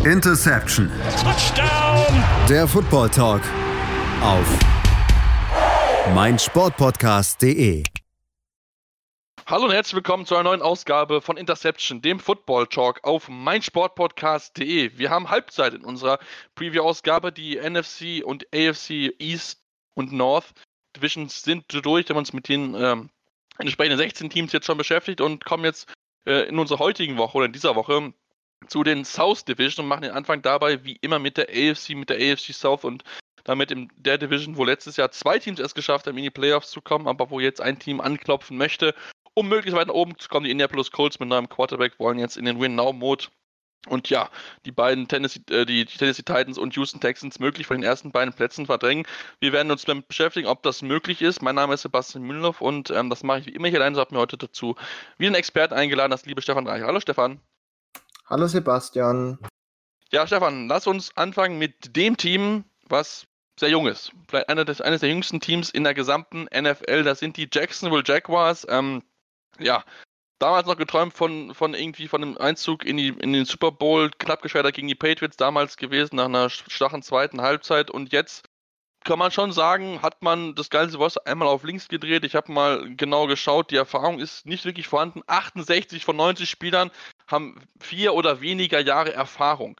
Interception. Touchdown. Der Football Talk auf meinsportpodcast.de. Hallo und herzlich willkommen zu einer neuen Ausgabe von Interception, dem Football Talk auf meinsportpodcast.de. Wir haben Halbzeit in unserer Preview-Ausgabe. Die NFC und AFC East und North Divisions sind durch. Wir haben uns mit den entsprechenden 16 Teams jetzt schon beschäftigt und kommen jetzt in unserer heutigen Woche oder in dieser Woche zu den South Division und machen den Anfang dabei wie immer mit der AFC South und damit in der Division, wo letztes Jahr 2 Teams es geschafft haben, in die Playoffs zu kommen, aber wo jetzt ein Team anklopfen möchte, um möglichst weit nach oben zu kommen. Die Indianapolis Colts mit neuem Quarterback wollen jetzt in den Win-Now-Mode. Und ja, die beiden Tennessee Titans und Houston Texans möglich von den ersten beiden Plätzen verdrängen. Wir werden uns damit beschäftigen, ob das möglich ist. Mein Name ist Sebastian Mühlenhoff und das mache ich wie immer hier allein. So habe mir heute dazu wieder einen Experten eingeladen, das liebe Stefan Reich. Hallo Stefan. Hallo Sebastian. Ja, Stefan, lass uns anfangen mit dem Team, was sehr jung ist. Vielleicht eines der jüngsten Teams in der gesamten NFL. Das sind die Jacksonville Jaguars. Damals noch geträumt von einem Einzug in den Super Bowl, knapp gescheitert gegen die Patriots damals gewesen, nach einer schwachen zweiten Halbzeit. Und jetzt kann man schon sagen, hat man das ganze Wasser einmal auf links gedreht. Ich habe mal genau geschaut, die Erfahrung ist nicht wirklich vorhanden. 68 von 90 Spielern haben 4 oder weniger Jahre Erfahrung.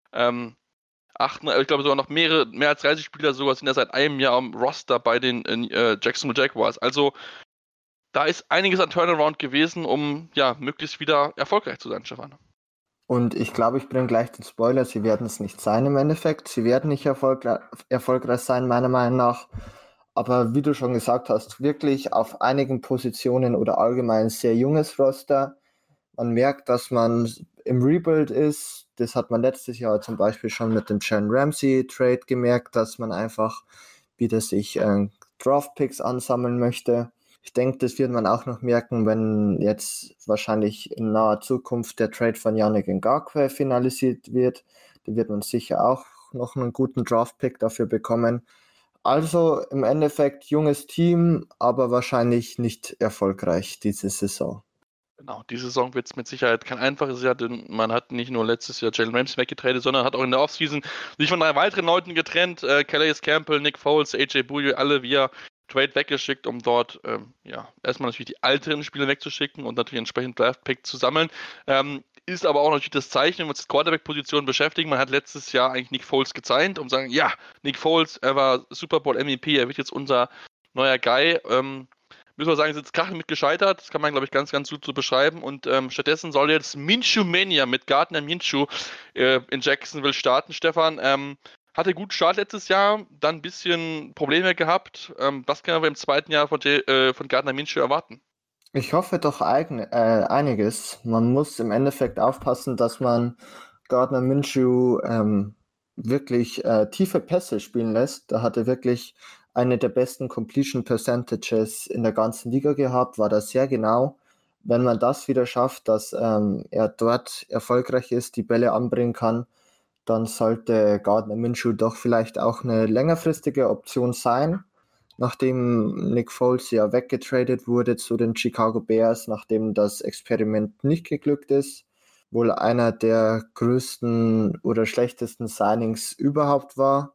Ich glaube sogar noch mehr als 30 Spieler sogar sind ja seit einem Jahr am Roster bei den Jacksonville Jaguars. Also da ist einiges an Turnaround gewesen, um ja möglichst wieder erfolgreich zu sein, Stefan. Und ich glaube, ich bringe gleich den Spoiler, sie werden es nicht sein im Endeffekt. Sie werden nicht erfolgreich sein, meiner Meinung nach. Aber wie du schon gesagt hast, wirklich auf einigen Positionen oder allgemein sehr junges Roster. Man merkt, dass man im Rebuild ist. Das hat man letztes Jahr zum Beispiel schon mit dem Jalen Ramsey Trade gemerkt, dass man einfach wieder sich Draft-Picks ansammeln möchte. Ich denke, das wird man auch noch merken, wenn jetzt wahrscheinlich in naher Zukunft der Trade von Yannick Ngakoue finalisiert wird. Da wird man sicher auch noch einen guten Draft-Pick dafür bekommen. Also im Endeffekt junges Team, aber wahrscheinlich nicht erfolgreich diese Saison. Genau, diese Saison wird es mit Sicherheit kein einfaches Jahr, denn man hat nicht nur letztes Jahr Jalen Ramsey weggetradet, sondern hat auch in der Offseason sich von 3 weiteren Leuten getrennt. Calais Campbell, Nick Foles, AJ Bouye, alle via Trade weggeschickt, um dort erstmal natürlich die älteren Spieler wegzuschicken und natürlich entsprechend Draft-Pick zu sammeln. Ist aber auch natürlich das Zeichen, wenn wir uns mit Quarterback-Position beschäftigen. Man hat letztes Jahr eigentlich Nick Foles gezeigt, um zu sagen, ja, Nick Foles, er war Super Bowl MVP, er wird jetzt unser neuer Guy. Müssen wir sagen, ist jetzt krachend mit gescheitert. Das kann man, glaube ich, ganz, ganz gut so beschreiben. Und stattdessen soll jetzt Minshew Mania mit Gardner Minshew in Jacksonville starten. Stefan, hatte guten Start letztes Jahr, dann ein bisschen Probleme gehabt. Was können wir im zweiten Jahr von Gardner Minshew erwarten? Ich hoffe doch einiges. Man muss im Endeffekt aufpassen, dass man Gardner Minshew wirklich tiefe Pässe spielen lässt. Da hat er wirklich eine der besten Completion Percentages in der ganzen Liga gehabt, war da sehr genau. Wenn man das wieder schafft, dass er dort erfolgreich ist, die Bälle anbringen kann, dann sollte Gardner Minshew doch vielleicht auch eine längerfristige Option sein, nachdem Nick Foles ja weggetradet wurde zu den Chicago Bears, nachdem das Experiment nicht geglückt ist, wohl einer der größten oder schlechtesten Signings überhaupt war.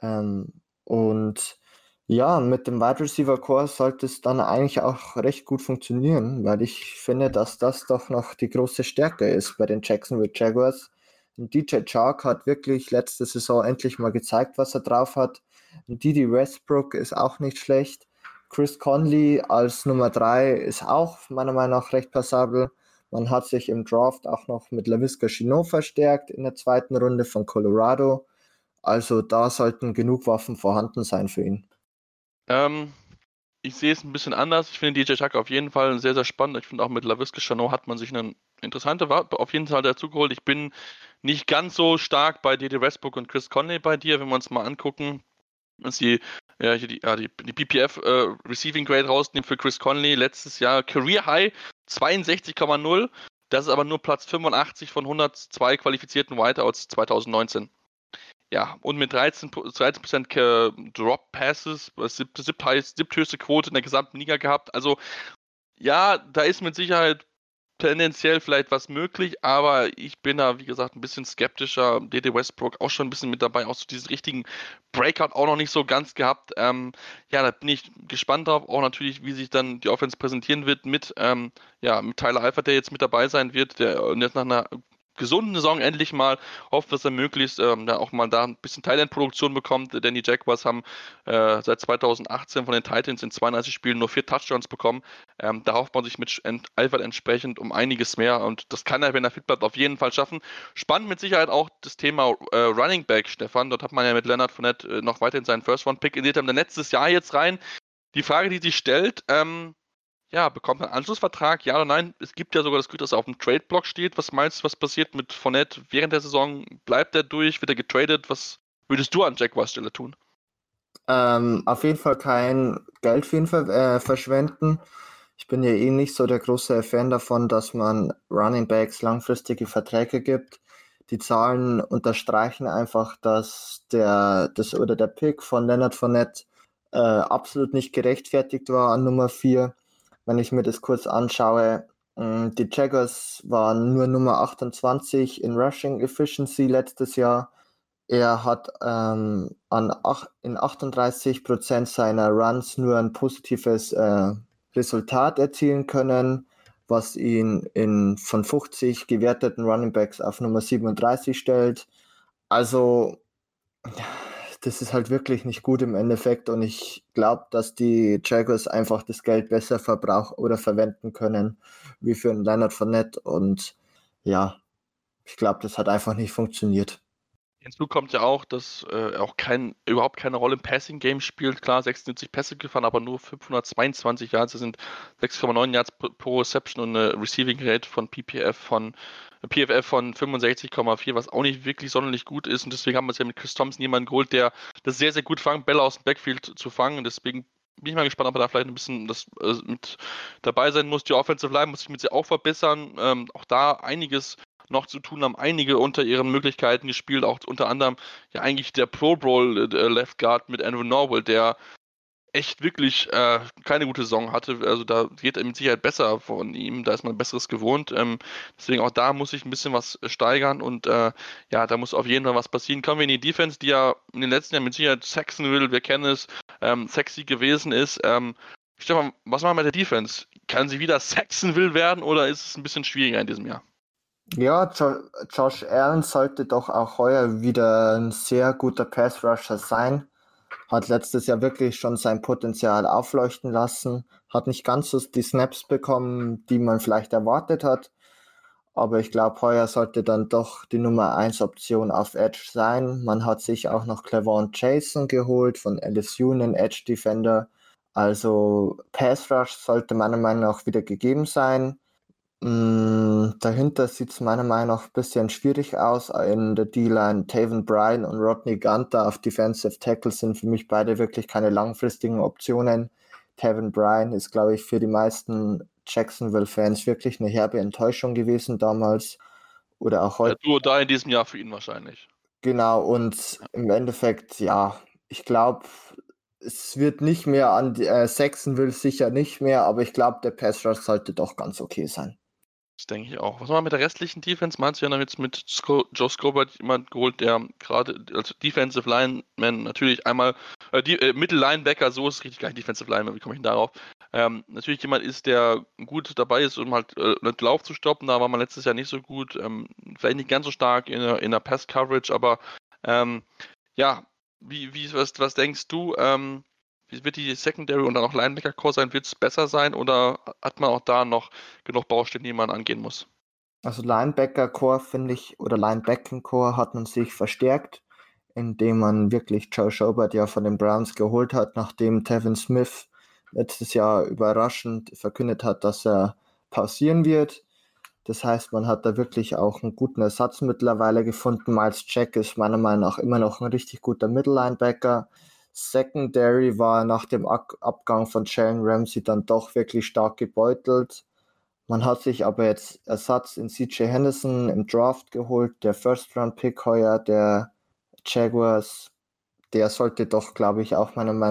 Und ja, mit dem Wide Receiver Core sollte es dann eigentlich auch recht gut funktionieren, weil ich finde, dass das doch noch die große Stärke ist bei den Jacksonville Jaguars. Und DJ Chark hat wirklich letzte Saison endlich mal gezeigt, was er drauf hat. Und Dede Westbrook ist auch nicht schlecht. Chris Conley als Nummer 3 ist auch meiner Meinung nach recht passabel. Man hat sich im Draft auch noch mit Laviska Shenault verstärkt in der 2. Runde von Colorado. Also da sollten genug Waffen vorhanden sein für ihn. Ich sehe es ein bisschen anders. Ich finde DJ Chark auf jeden Fall sehr, sehr spannend. Ich finde auch mit Laviska Shenault hat man sich eine interessante Waffe auf jeden Fall dazu geholt. Ich bin nicht ganz so stark bei Dede Westbrook und Chris Conley bei dir, wenn wir uns mal angucken, dass die PPF Receiving Grade rausnehmen für Chris Conley. Letztes Jahr Career High 62,0. Das ist aber nur Platz 85 von 102 qualifizierten Wideouts 2019. Ja, und mit 13% Drop Passes, siebthöchste Quote in der gesamten Liga gehabt. Also ja, da ist mit Sicherheit tendenziell vielleicht was möglich, aber ich bin da, wie gesagt, ein bisschen skeptischer. D.D. Westbrook auch schon ein bisschen mit dabei, auch so diesen richtigen Breakout auch noch nicht so ganz gehabt. Ja, da bin ich gespannt drauf, auch natürlich, wie sich dann die Offense präsentieren wird mit Tyler Eifert, der jetzt mit dabei sein wird, der jetzt nach einer gesunden Saison endlich mal hofft, dass er möglichst da auch mal da ein bisschen Thailand-Produktion bekommt, denn die Jaguars haben seit 2018 von den Titans in 32 Spielen nur 4 Touchdowns bekommen. Da hofft man sich mit Eifert entsprechend um einiges mehr und das kann er, wenn er fit bleibt, auf jeden Fall schaffen. Spannend mit Sicherheit auch das Thema Running Back, Stefan. Dort hat man ja mit Leonard Fournette noch weiterhin seinen First-Round-Pick in der letztes Jahr jetzt rein. Die Frage, die sich stellt, ja, bekommt er einen Anschlussvertrag? Ja oder nein? Es gibt ja sogar das Glück, dass er auf dem Trade-Block steht. Was meinst du, was passiert mit Fournette während der Saison? Bleibt er durch? Wird er getradet? Was würdest du an Jaguars Stelle tun? Auf jeden Fall kein Geld für ihn verschwenden. Ich bin ja eh nicht so der große Fan davon, dass man Running Backs langfristige Verträge gibt. Die Zahlen unterstreichen einfach, dass der Pick von Leonard Fournette absolut nicht gerechtfertigt war an Nummer 4. Wenn ich mir das kurz anschaue, die Jaguars waren nur Nummer 28 in Rushing Efficiency letztes Jahr. Er hat in 38% seiner Runs nur ein positives Resultat erzielen können, was ihn von 50 gewerteten Running Backs auf Nummer 37 stellt. Also, das ist halt wirklich nicht gut im Endeffekt und ich glaube, dass die Jaguars einfach das Geld besser verbrauchen oder verwenden können, wie für einen Leonard Fournette und ja, ich glaube, das hat einfach nicht funktioniert. Hinzu kommt ja auch, dass er auch überhaupt keine Rolle im Passing-Game spielt. Klar, 76 Pässe gefahren, aber nur 522 Yards. Das sind 6,9 Yards pro Reception und eine Receiving Rate von PFF von 65,4, was auch nicht wirklich sonderlich gut ist. Und deswegen haben wir es ja mit Chris Thompson jemanden geholt, der das sehr, sehr gut fangt, Bälle aus dem Backfield zu fangen. Und deswegen bin ich mal gespannt, ob er da vielleicht ein bisschen mit dabei sein muss. Die Offensive Line muss sich mit sie auch verbessern. Auch da einiges noch zu tun, haben einige unter ihren Möglichkeiten gespielt, auch unter anderem ja eigentlich der Pro Bowl Left Guard mit Andrew Norwell, der echt wirklich keine gute Saison hatte. Also da geht er mit Sicherheit besser von ihm, da ist man Besseres gewohnt. Deswegen auch da muss ich ein bisschen was steigern und ja, da muss auf jeden Fall was passieren. Kommen wir in die Defense, die ja in den letzten Jahren mit Sicherheit Saxonville, wir kennen es, sexy gewesen ist. Stefan, was machen wir mit der Defense? Kann sie wieder Saxonville werden oder ist es ein bisschen schwieriger in diesem Jahr? Ja, Josh Allen sollte doch auch heuer wieder ein sehr guter Pass-Rusher sein. Hat letztes Jahr wirklich schon sein Potenzial aufleuchten lassen. Hat nicht ganz so die Snaps bekommen, die man vielleicht erwartet hat. Aber ich glaube, heuer sollte dann doch die Nummer 1 Option auf Edge sein. Man hat sich auch noch Clavon Jason geholt von LSU, einen Edge Defender. Also Pass Rush sollte meiner Meinung nach wieder gegeben sein. Dahinter sieht es meiner Meinung nach ein bisschen schwierig aus. In der D-Line Taven Bryan und Rodney Gunter auf Defensive Tackle sind für mich beide wirklich keine langfristigen Optionen. Taven Bryan ist, glaube ich, für die meisten Jacksonville-Fans wirklich eine herbe Enttäuschung gewesen damals. Oder auch heute. Ja, du da in diesem Jahr für ihn wahrscheinlich. Genau, und im Endeffekt, ja, ich glaube, es wird nicht mehr an Saxonville sicher nicht mehr, aber ich glaube, der Pass Rush sollte doch ganz okay sein. Das denke ich auch. Was machen wir mit der restlichen Defense? Meinst du ja damit mit Joe Scobert jemand geholt, der gerade als Defensive Lineman natürlich einmal Middle Linebacker, so ist es richtig, gar nicht Defensive Lineman, wie komme ich denn darauf? Natürlich jemand ist, der gut dabei ist, um halt einen Lauf zu stoppen. Da war man letztes Jahr nicht so gut. Vielleicht nicht ganz so stark in der Pass-Coverage, aber ja, was denkst du? Wie wird die Secondary und dann auch Linebacker-Core sein? Wird es besser sein oder hat man auch da noch genug Baustellen, die man angehen muss? Also Linebacker-Core finde ich, oder Linebacking-Core hat man sich verstärkt, indem man wirklich Joe Schobert ja von den Browns geholt hat, nachdem Tevin Smith letztes Jahr überraschend verkündet hat, dass er pausieren wird. Das heißt, man hat da wirklich auch einen guten Ersatz mittlerweile gefunden. Miles Jack ist meiner Meinung nach immer noch ein richtig guter Middle-Linebacker. Secondary war nach dem Abgang von Jalen Ramsey dann doch wirklich stark gebeutelt. Man hat sich aber jetzt Ersatz in CJ Henderson im Draft geholt, der First-Round-Pick heuer der Jaguars. Der sollte doch, glaube ich, auch meiner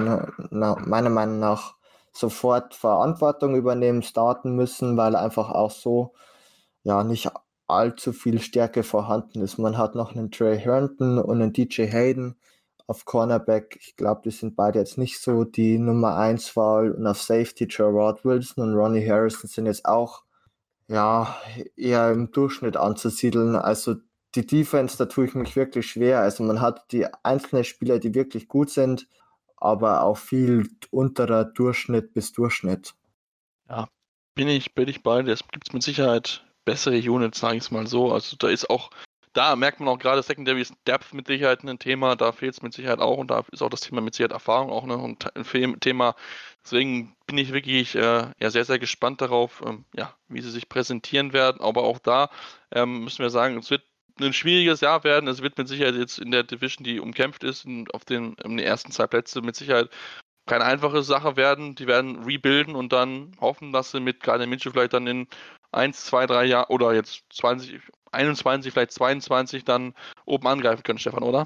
Meinung nach sofort Verantwortung übernehmen, starten müssen, weil er einfach auch so ja nicht allzu viel Stärke vorhanden ist. Man hat noch einen Trey Herndon und einen DJ Hayden auf Cornerback. Ich glaube, die sind beide jetzt nicht so die Nummer 1 Wahl, und auf Safety Gerard Wilson und Ronnie Harrison sind jetzt auch ja eher im Durchschnitt anzusiedeln. Also die Defense, da tue ich mich wirklich schwer. Also man hat die einzelnen Spieler, die wirklich gut sind, aber auch viel unterer Durchschnitt bis Durchschnitt. Ja, bin ich bei dir. Es gibt mit Sicherheit bessere Units, sage ich es mal so. Also da merkt man auch gerade Secondary Depth mit Sicherheit ein Thema, da fehlt es mit Sicherheit auch, und da ist auch das Thema mit Sicherheit Erfahrung auch ein Thema. Deswegen bin ich wirklich sehr, sehr gespannt darauf, wie sie sich präsentieren werden. Aber auch da müssen wir sagen, es wird ein schwieriges Jahr werden. Es wird mit Sicherheit jetzt in der Division, die umkämpft ist, in den ersten 2 Plätze mit Sicherheit keine einfache Sache werden. Die werden rebuilden und dann hoffen, dass sie mit Gardner Minshew vielleicht dann in 1, 2, 3 Jahren oder jetzt 2021, vielleicht 22 dann oben angreifen können, Stefan, oder?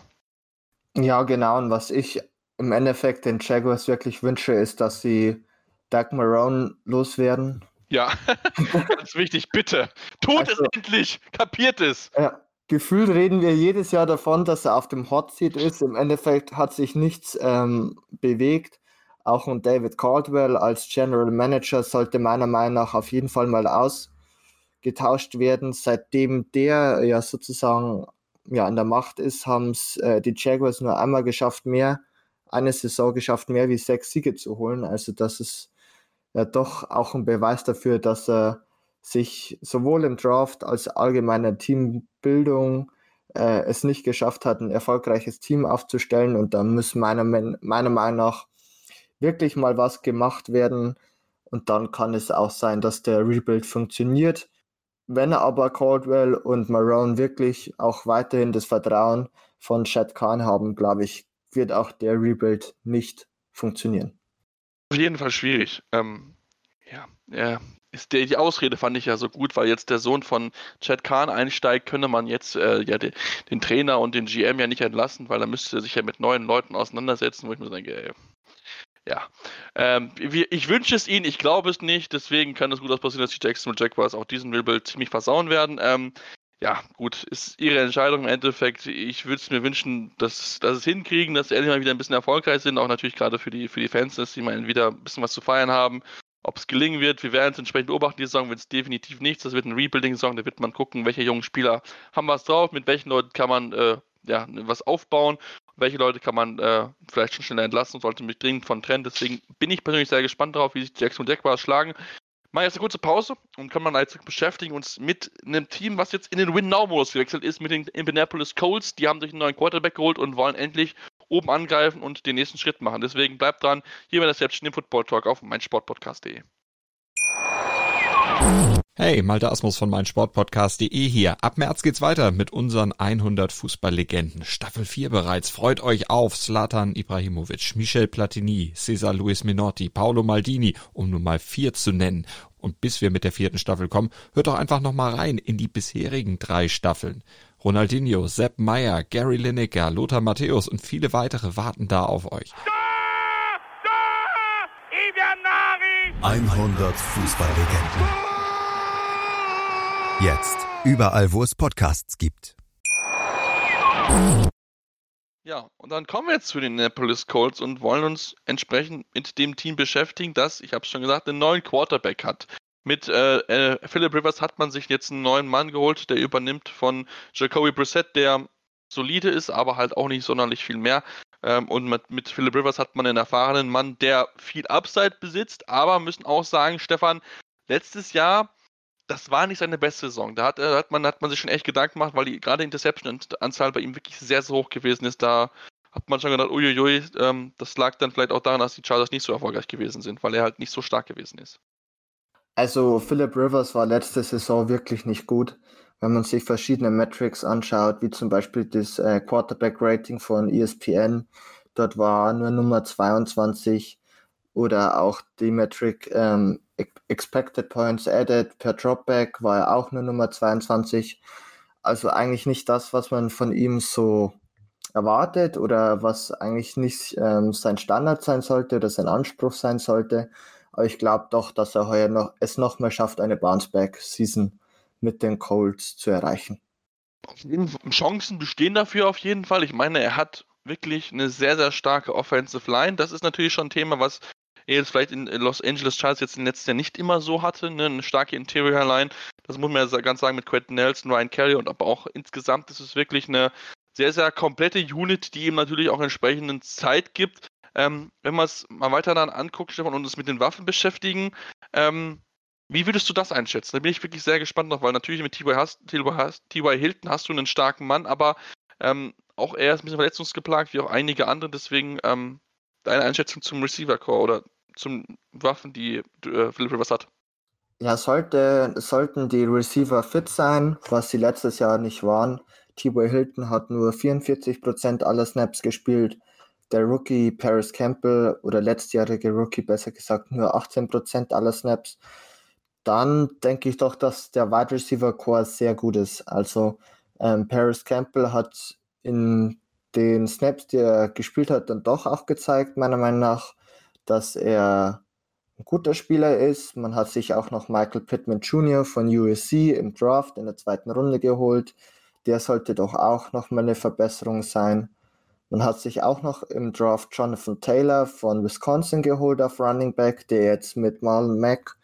Ja, genau. Und was ich im Endeffekt den Jaguars wirklich wünsche, ist, dass sie Doug Marrone loswerden. Ja, ganz wichtig, bitte. Tut es endlich, kapiert es. Ja, gefühlt reden wir jedes Jahr davon, dass er auf dem Hot Seat ist. Im Endeffekt hat sich nichts bewegt. Auch ein David Caldwell als General Manager sollte meiner Meinung nach auf jeden Fall mal ausgetauscht werden. Seitdem der ja sozusagen an der Macht ist, haben es die Jaguars nur einmal geschafft, eine Saison geschafft, mehr wie 6 Siege zu holen. Also das ist ja doch auch ein Beweis dafür, dass er sich sowohl im Draft als allgemeiner Teambildung es nicht geschafft hat, ein erfolgreiches Team aufzustellen. Und da muss meiner Meinung nach wirklich mal was gemacht werden. Und dann kann es auch sein, dass der Rebuild funktioniert. Wenn aber Caldwell und Marrone wirklich auch weiterhin das Vertrauen von Shad Khan haben, glaube ich, wird auch der Rebuild nicht funktionieren. Auf jeden Fall schwierig. Die Ausrede fand ich ja so gut, weil jetzt der Sohn von Chad Khan einsteigt, könne man jetzt den Trainer und den GM ja nicht entlassen, weil er müsste sich ja mit neuen Leuten auseinandersetzen, wo ich mir denke, ich wünsche es ihnen, ich glaube es nicht, deswegen kann es gut passieren, dass die Jacksonville Jaguars auch diesen Rebuild ziemlich versauen werden. Gut, ist ihre Entscheidung im Endeffekt. Ich würde es mir wünschen, dass es hinkriegen, dass sie endlich mal wieder ein bisschen erfolgreich sind, auch natürlich gerade für die Fans, dass sie mal wieder ein bisschen was zu feiern haben. Ob es gelingen wird, wir werden es entsprechend beobachten. Die Saison wird es definitiv nichts. Das wird ein Rebuilding-Saison. Da wird man gucken, welche jungen Spieler haben was drauf, mit welchen Leuten kann man was aufbauen, welche Leute kann man vielleicht schon schneller entlassen und sollte mich dringend von trennen. Deswegen bin ich persönlich sehr gespannt darauf, wie sich die Jacksonville Jaguars schlagen. Machen jetzt eine kurze Pause und können wir jetzt beschäftigen uns mit einem Team, was jetzt in den Win-Now-Modus gewechselt ist, mit den Indianapolis Colts. Die haben sich einen neuen Quarterback geholt und wollen endlich oben angreifen und den nächsten Schritt machen. Deswegen bleibt dran, hier bei der Interception im Football Talk auf meinsportpodcast.de. Hey, Malte Asmus von meinsportpodcast.de hier. Ab März geht's weiter mit unseren 100 Fußballlegenden. Staffel 4 bereits. Freut euch auf Zlatan Ibrahimovic, Michel Platini, Cesar Luis Minotti, Paolo Maldini, um nur mal 4 zu nennen. Und bis wir mit der 4. Staffel kommen, hört doch einfach noch mal rein in die bisherigen 3 Staffeln. Ronaldinho, Sepp Maier, Gary Lineker, Lothar Matthäus und viele weitere warten da auf euch. 100 Fußballlegenden. Jetzt überall, wo es Podcasts gibt. Ja, und dann kommen wir jetzt zu den Indianapolis Colts und wollen uns entsprechend mit dem Team beschäftigen, das, ich habe es schon gesagt, einen neuen Quarterback hat. Mit Philip Rivers hat man sich jetzt einen neuen Mann geholt, der übernimmt von Jacoby Brissett, der solide ist, aber halt auch nicht sonderlich viel mehr. Und mit Philip Rivers hat man einen erfahrenen Mann, der viel Upside besitzt, aber müssen auch sagen, Stefan, letztes Jahr, das war nicht seine beste Saison. Da hat man sich schon echt Gedanken gemacht, weil gerade die Interception-Anzahl bei ihm wirklich sehr, sehr hoch gewesen ist. Da hat man schon gedacht, uiuiui, das lag dann vielleicht auch daran, dass die Chargers nicht so erfolgreich gewesen sind, weil er halt nicht so stark gewesen ist. Also Philip Rivers war letzte Saison wirklich nicht gut. Wenn man sich verschiedene Metrics anschaut, wie zum Beispiel das Quarterback-Rating von ESPN, dort war nur Nummer 22, oder auch die Metric Expected Points Added per Dropback war er auch nur Nummer 22. Also eigentlich nicht das, was man von ihm so erwartet oder was eigentlich nicht sein Standard sein sollte oder sein Anspruch sein sollte. Aber ich glaube doch, dass er heuer es noch mal schafft, eine Bounce-Back-Season mit den Colts zu erreichen. Chancen bestehen dafür auf jeden Fall. Ich meine, er hat wirklich eine sehr, sehr starke Offensive Line. Das ist natürlich schon ein Thema, was er jetzt vielleicht in Los Angeles Chargers jetzt im letzten Jahr nicht immer so hatte. Ne? Eine starke Interior Line. Das muss man ja ganz sagen mit Quentin Nelson, Ryan Kelly und aber auch insgesamt ist es wirklich eine sehr, sehr komplette Unit, die ihm natürlich auch entsprechenden Zeit gibt. Wenn man es mal weiter dann anguckt, Stefan, und uns mit den Waffen beschäftigen, wie würdest du das einschätzen? Da bin ich wirklich sehr gespannt noch, weil natürlich mit T.Y. Hilton hast du einen starken Mann, aber auch er ist ein bisschen verletzungsgeplagt, wie auch einige andere. Deswegen deine Einschätzung zum Receiver-Core oder zum Waffen, die Philip Rivers hat. Ja, sollten die Receiver fit sein, was sie letztes Jahr nicht waren. T.Y. Hilton hat nur 44% aller Snaps gespielt. Der Rookie Paris Campbell oder letztjährige Rookie besser gesagt nur 18% aller Snaps. Dann denke ich doch, dass der Wide Receiver Core sehr gut ist. Also Paris Campbell hat in den Snaps, die er gespielt hat, dann doch auch gezeigt, meiner Meinung nach, dass er ein guter Spieler ist. Man hat sich auch noch Michael Pittman Jr. von USC im Draft in der 2. Runde geholt. Der sollte doch auch nochmal eine Verbesserung sein. Man hat sich auch noch im Draft Jonathan Taylor von Wisconsin geholt auf Running Back, der jetzt mit Marlon Mack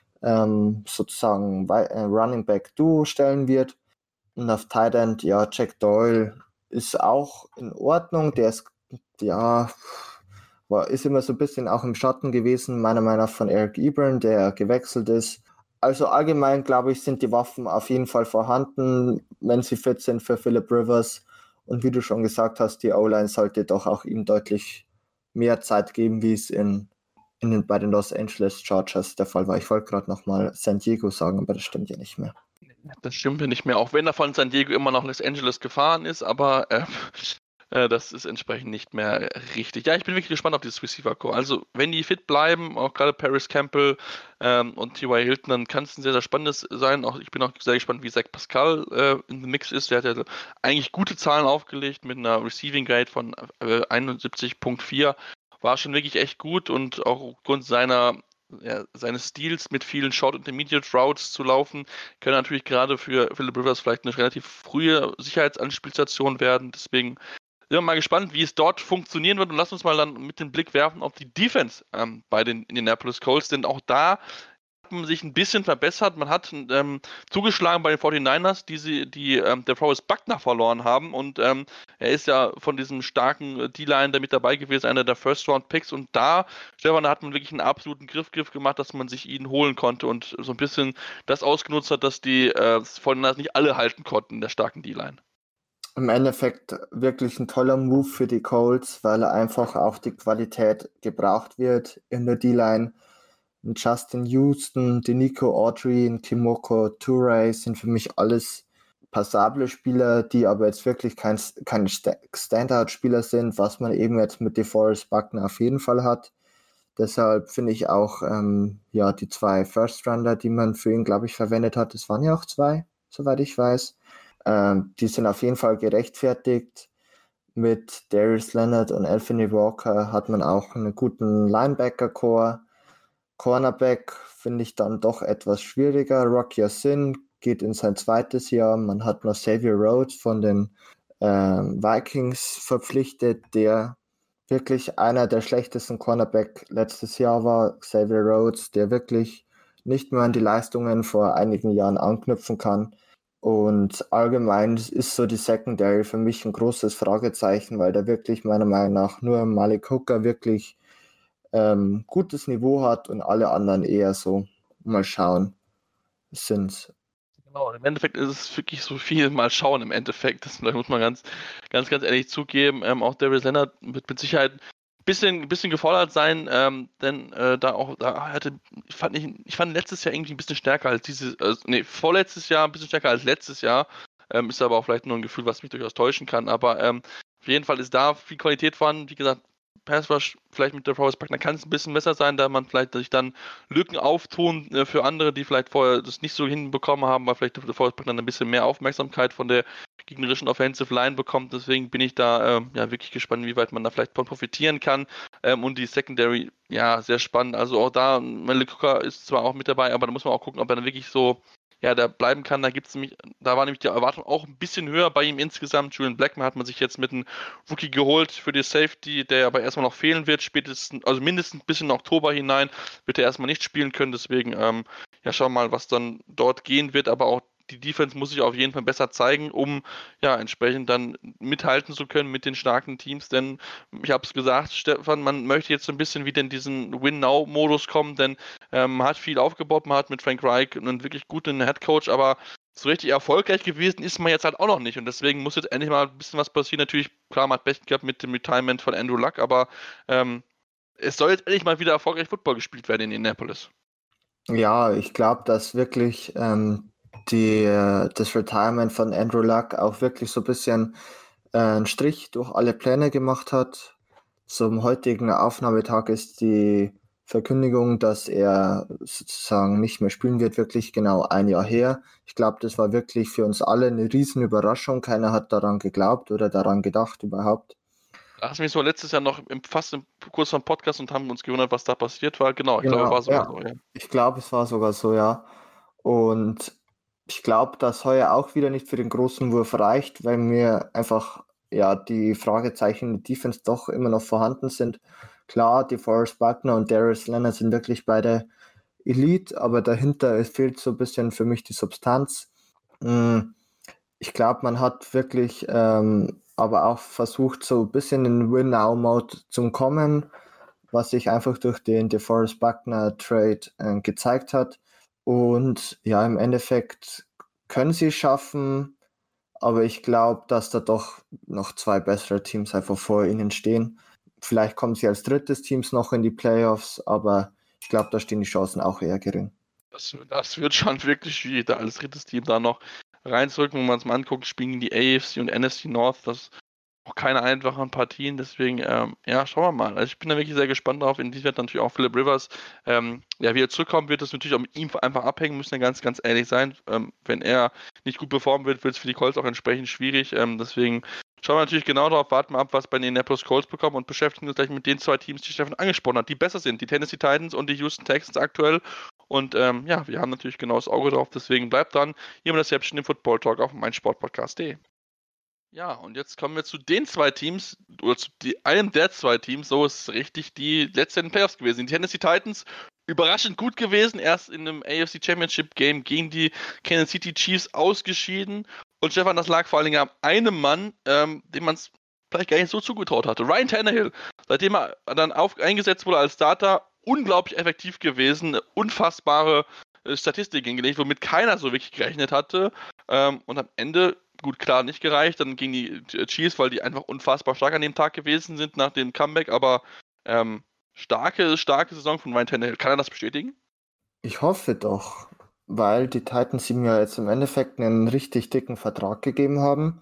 sozusagen Running Back Duo stellen wird. Und auf Tight End, ja, Jack Doyle ist auch in Ordnung. Der ist, ja, ist immer so ein bisschen auch im Schatten gewesen, meiner Meinung nach von Eric Ebron, der gewechselt ist. Also allgemein, glaube ich, sind die Waffen auf jeden Fall vorhanden, wenn sie fit sind für Philip Rivers. Und wie du schon gesagt hast, die O-Line sollte doch auch ihm deutlich mehr Zeit geben, wie es bei den Los Angeles Chargers der Fall war. Ich wollte gerade nochmal San Diego sagen, aber das stimmt ja nicht mehr. Das stimmt ja nicht mehr, auch wenn er von San Diego immer noch Los Angeles gefahren ist, aber das ist entsprechend nicht mehr richtig. Ja, ich bin wirklich gespannt auf dieses Receiver-Core. Also, wenn die fit bleiben, auch gerade Paris Campbell und T.Y. Hilton, dann kann es ein sehr, sehr spannendes sein. Ich bin auch sehr gespannt, wie Zach Pascal in dem Mix ist. Der hat ja eigentlich gute Zahlen aufgelegt mit einer Receiving Grade von 71,4. War schon wirklich echt gut und auch aufgrund seines Stils mit vielen Short Intermediate Routes zu laufen, können natürlich gerade für Philip Rivers vielleicht eine relativ frühe Sicherheitsanspielstation werden. Deswegen sind wir mal gespannt, wie es dort funktionieren wird und lass uns mal dann mit dem Blick werfen auf die Defense bei den Indianapolis Colts, denn auch da hat man sich ein bisschen verbessert. Man hat zugeschlagen bei den 49ers, die der Forrest Buckner verloren haben und er ist ja von diesem starken D-Line da mit dabei gewesen, einer der First-Round-Picks und da, Stefan, da hat man wirklich einen absoluten Griff gemacht, dass man sich ihn holen konnte und so ein bisschen das ausgenutzt hat, dass die 49ers nicht alle halten konnten in der starken D-Line. Im Endeffekt wirklich ein toller Move für die Colts, weil einfach auch die Qualität gebraucht wird in der D-Line. Justin Houston, Denico Autry und Kimoko Toure sind für mich alles passable Spieler, die aber jetzt wirklich keine Standout-Spieler sind, was man eben jetzt mit DeForest Buckner auf jeden Fall hat. Deshalb finde ich auch die 2 First-Rounder, die man für ihn, glaube ich, verwendet hat, es waren ja auch 2, soweit ich weiß, die sind auf jeden Fall gerechtfertigt. Mit Darius Leonard und Anthony Walker hat man auch einen guten Linebacker-Core. Cornerback finde ich dann doch etwas schwieriger. Rock Ya-Sin geht in sein 2. Jahr. Man hat noch Xavier Rhodes von den Vikings verpflichtet, der wirklich einer der schlechtesten Cornerback letztes Jahr war. Xavier Rhodes, der wirklich nicht mehr an die Leistungen vor einigen Jahren anknüpfen kann. Und allgemein ist so die Secondary für mich ein großes Fragezeichen, weil da wirklich meiner Meinung nach nur Malik Hooker wirklich gutes Niveau hat und alle anderen eher so, mal schauen, sind. Genau, im Endeffekt ist es wirklich so viel mal schauen im Endeffekt. Das muss man ganz ehrlich zugeben. Auch Darius Leonard wird mit Sicherheit ein bisschen gefordert sein, denn ich fand letztes Jahr irgendwie ein bisschen stärker als vorletztes Jahr ein bisschen stärker als letztes Jahr. Ist aber auch vielleicht nur ein Gefühl, was mich durchaus täuschen kann. Aber auf jeden Fall ist da viel Qualität vorhanden. Wie gesagt, Pass Rush vielleicht mit der Forrest Buckner kann es ein bisschen besser sein, da man vielleicht sich dann Lücken auftun für andere, die vielleicht vorher das nicht so hinbekommen haben, weil vielleicht der Forrest Buckner ein bisschen mehr Aufmerksamkeit von der gegnerischen Offensive Line bekommt. Deswegen bin ich da wirklich gespannt, wie weit man da vielleicht von profitieren kann. Und die Secondary, ja, sehr spannend. Also auch da, Malik Hooker ist zwar auch mit dabei, aber da muss man auch gucken, ob er dann wirklich so ja, der bleiben kann. Da war nämlich die Erwartung auch ein bisschen höher bei ihm insgesamt. Julian Blackmon hat man sich jetzt mit einem Rookie geholt für die Safety, der aber erstmal noch fehlen wird, spätestens, also mindestens bis in Oktober hinein wird er erstmal nicht spielen können. Deswegen, ja, schauen wir mal, was dann dort gehen wird, aber auch die Defense muss sich auf jeden Fall besser zeigen, um ja entsprechend dann mithalten zu können mit den starken Teams. Denn ich habe es gesagt, Stefan, man möchte jetzt so ein bisschen wieder in diesen Win-Now-Modus kommen, denn man hat viel aufgebaut, man hat mit Frank Reich einen wirklich guten Headcoach, aber so richtig erfolgreich gewesen ist man jetzt halt auch noch nicht. Und deswegen muss jetzt endlich mal ein bisschen was passieren. Natürlich, klar, man hat Pech gehabt mit dem Retirement von Andrew Luck, aber es soll jetzt endlich mal wieder erfolgreich Football gespielt werden in Indianapolis. Ja, ich glaube, dass wirklich das Retirement von Andrew Luck auch wirklich so ein bisschen einen Strich durch alle Pläne gemacht hat. Zum heutigen Aufnahmetag ist die Verkündigung, dass er sozusagen nicht mehr spielen wird, wirklich genau ein Jahr her. Ich glaube, das war wirklich für uns alle eine riesen Überraschung. Keiner hat daran geglaubt oder daran gedacht überhaupt. Da hast du mich so letztes Jahr noch kurz vor dem Podcast und haben uns gewundert, was da passiert war. Genau, ich glaube, war sogar so, ja. Ich glaube, es war sogar so, ja. Und ich glaube, dass heuer auch wieder nicht für den großen Wurf reicht, weil mir einfach ja die Fragezeichen in der Defense doch immer noch vorhanden sind. Klar, die DeForest Buckner und Darius Leonard sind wirklich beide Elite, aber dahinter fehlt so ein bisschen für mich die Substanz. Ich glaube, man hat wirklich aber auch versucht, so ein bisschen in Win-Now-Mode zu kommen, was sich einfach durch den DeForest Buckner Trade gezeigt hat. Und ja, im Endeffekt können sie es schaffen, aber ich glaube, dass da doch noch zwei bessere Teams einfach vor ihnen stehen. Vielleicht kommen sie als drittes Teams noch in die Playoffs, aber ich glaube, da stehen die Chancen auch eher gering. Das wird schon wirklich schwierig, da als drittes Team da noch reinzurücken, wenn man es mal anguckt, spielen die AFC und NFC North, das auch keine einfachen Partien, deswegen, ja, schauen wir mal. Also ich bin da wirklich sehr gespannt drauf, inwieweit natürlich auch Philip Rivers, ja, wie er zurückkommen wird, das natürlich auch mit ihm einfach abhängen, müssen wir ganz, ganz ehrlich sein. Wenn er nicht gut performen wird, wird es für die Colts auch entsprechend schwierig, deswegen schauen wir natürlich genau darauf, warten wir ab, was bei den Indianapolis Colts bekommen und beschäftigen uns gleich mit den zwei Teams, die Stefan angesprochen hat, die besser sind, die Tennessee Titans und die Houston Texans aktuell. Und ja, wir haben natürlich genau das Auge drauf, deswegen bleibt dran. Hier haben wir das Häppchen im Football Talk auf meinsportpodcast.de. Ja, und jetzt kommen wir zu den zwei Teams, oder zu einem der zwei Teams, so ist es richtig, die letzte in den Playoffs gewesen sind. Die Tennessee Titans, überraschend gut gewesen, erst in einem AFC Championship Game gegen die Kansas City Chiefs ausgeschieden. Und Stefan, das lag vor allen Dingen an einem Mann, dem man es vielleicht gar nicht so zugetraut hatte. Ryan Tannehill, seitdem er dann eingesetzt wurde als Starter, unglaublich effektiv gewesen, unfassbare Statistik hingelegt, womit keiner so wirklich gerechnet hatte. Und am Ende, gut, klar, nicht gereicht. Dann gegen die Chiefs, weil die einfach unfassbar stark an dem Tag gewesen sind nach dem Comeback. Aber starke Saison von Ryan Tannehill. Kann er das bestätigen? Ich hoffe doch, weil die Titans ihm ja jetzt im Endeffekt einen richtig dicken Vertrag gegeben haben.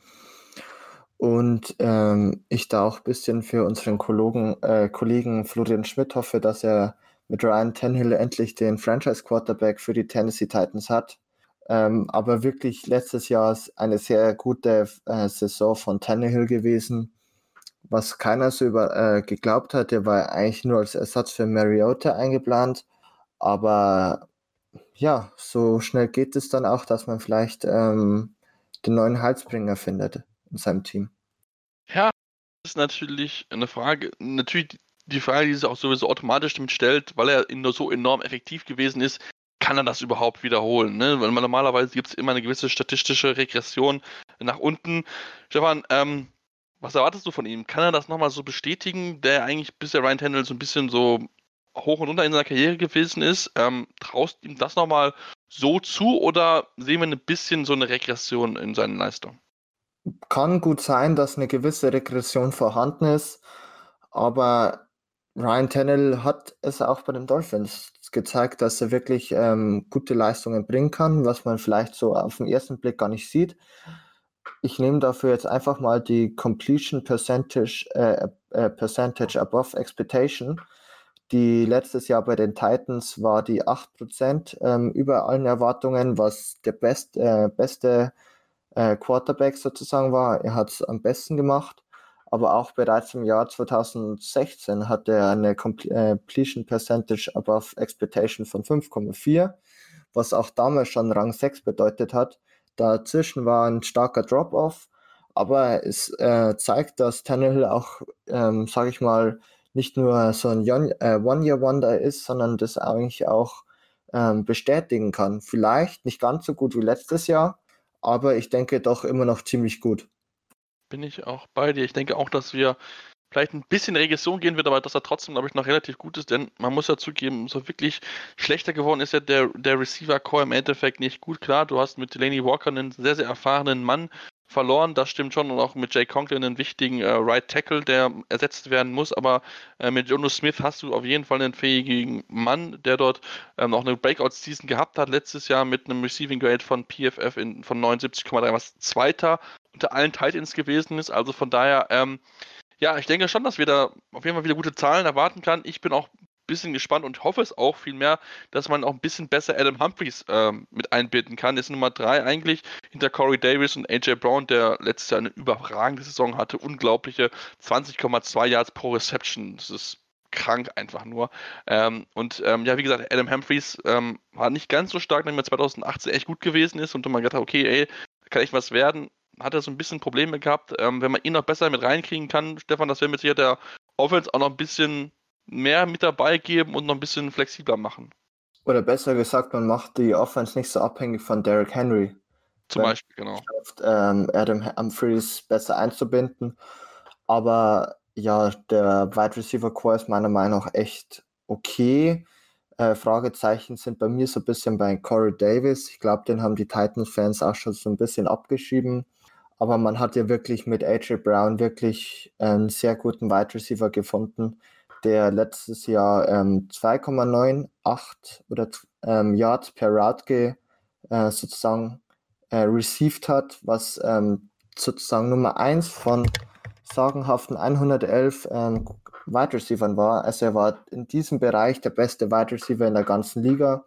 Und ich da auch ein bisschen für unseren Kollegen Florian Schmidt hoffe, dass er mit Ryan Tannehill endlich den Franchise-Quarterback für die Tennessee Titans hat. Aber wirklich letztes Jahr ist eine sehr gute Saison von Tannehill gewesen, was keiner so geglaubt hat. Der war eigentlich nur als Ersatz für Mariota eingeplant. Aber ja, so schnell geht es dann auch, dass man vielleicht den neuen Halsbringer findet in seinem Team. Ja, das ist natürlich eine Frage. Natürlich die Frage, die sich auch sowieso automatisch damit stellt, weil er so enorm effektiv gewesen ist, kann er das überhaupt wiederholen? Ne? Weil normalerweise gibt es immer eine gewisse statistische Regression nach unten. Stefan, was erwartest du von ihm? Kann er das nochmal so bestätigen, der eigentlich bisher Ryan Tannehill so ein bisschen so hoch und runter in seiner Karriere gewesen ist? Traust ihm das nochmal so zu oder sehen wir ein bisschen so eine Regression in seinen Leistungen? Kann gut sein, dass eine gewisse Regression vorhanden ist, aber Ryan Tannehill hat es auch bei den Dolphins gezeigt, dass er wirklich gute Leistungen bringen kann, was man vielleicht so auf den ersten Blick gar nicht sieht. Ich nehme dafür jetzt einfach mal die Completion Percentage above Expectation. Die letztes Jahr bei den Titans war die 8% über allen Erwartungen, was der beste Quarterback sozusagen war. Er hat es am besten gemacht, aber auch bereits im Jahr 2016 hatte er eine Completion Percentage above Expectation von 5,4, was auch damals schon Rang 6 bedeutet hat. Dazwischen war ein starker Drop-Off, aber es zeigt, dass Tannehill auch, sage ich mal, nicht nur so ein One-Year-Wonder ist, sondern das eigentlich auch bestätigen kann. Vielleicht nicht ganz so gut wie letztes Jahr, aber ich denke doch immer noch ziemlich gut. Bin ich auch bei dir. Ich denke auch, dass wir vielleicht ein bisschen in Regression gehen wird, aber dass er trotzdem, glaube ich, noch relativ gut ist, denn man muss ja zugeben, so wirklich schlechter geworden ist ja der Receiver-Core im Endeffekt nicht gut. Klar, du hast mit Delaney Walker einen sehr, sehr erfahrenen Mann verloren, das stimmt schon, und auch mit Jay Conklin einen wichtigen Right Tackle, der ersetzt werden muss, aber mit Jono Smith hast du auf jeden Fall einen fähigen Mann, der dort auch eine Breakout-Season gehabt hat, letztes Jahr mit einem Receiving Grade von PFF von 79,3, was Zweiter unter allen Titans gewesen ist, also von daher, ja, ich denke schon, dass wir da auf jeden Fall wieder gute Zahlen erwarten kann. Ich bin auch ein bisschen gespannt und hoffe es auch vielmehr, dass man auch ein bisschen besser Adam Humphries mit einbinden kann. Ist Nummer 3 eigentlich hinter Corey Davis und AJ Brown, der letztes Jahr eine überragende Saison hatte. Unglaubliche 20,2 Yards pro Reception. Das ist krank einfach nur. Ja, wie gesagt, Adam Humphries war nicht ganz so stark, nachdem er 2018 echt gut gewesen ist und man gedacht hat, okay, ey, da kann echt was werden. Hat er so ein bisschen Probleme gehabt. Wenn man ihn noch besser mit reinkriegen kann, Stefan, das wäre mit Sicherheit der Offense auch noch ein bisschen mehr mit dabei geben und noch ein bisschen flexibler machen. Oder besser gesagt, man macht die Offense nicht so abhängig von Derrick Henry. Zum Beispiel, genau. Schafft, Adam Humphries besser einzubinden. Aber ja, der Wide Receiver Core ist meiner Meinung nach echt okay. Fragezeichen sind bei mir so ein bisschen bei Corey Davis. Ich glaube, den haben die Titans-Fans auch schon so ein bisschen abgeschrieben. Aber man hat ja wirklich mit AJ Brown wirklich einen sehr guten Wide Receiver gefunden, der letztes Jahr 2,98 oder Yards per Route sozusagen received hat, was sozusagen Nummer 1 von sagenhaften 111 Wide Receivern war. Also er war in diesem Bereich der beste Wide Receiver in der ganzen Liga.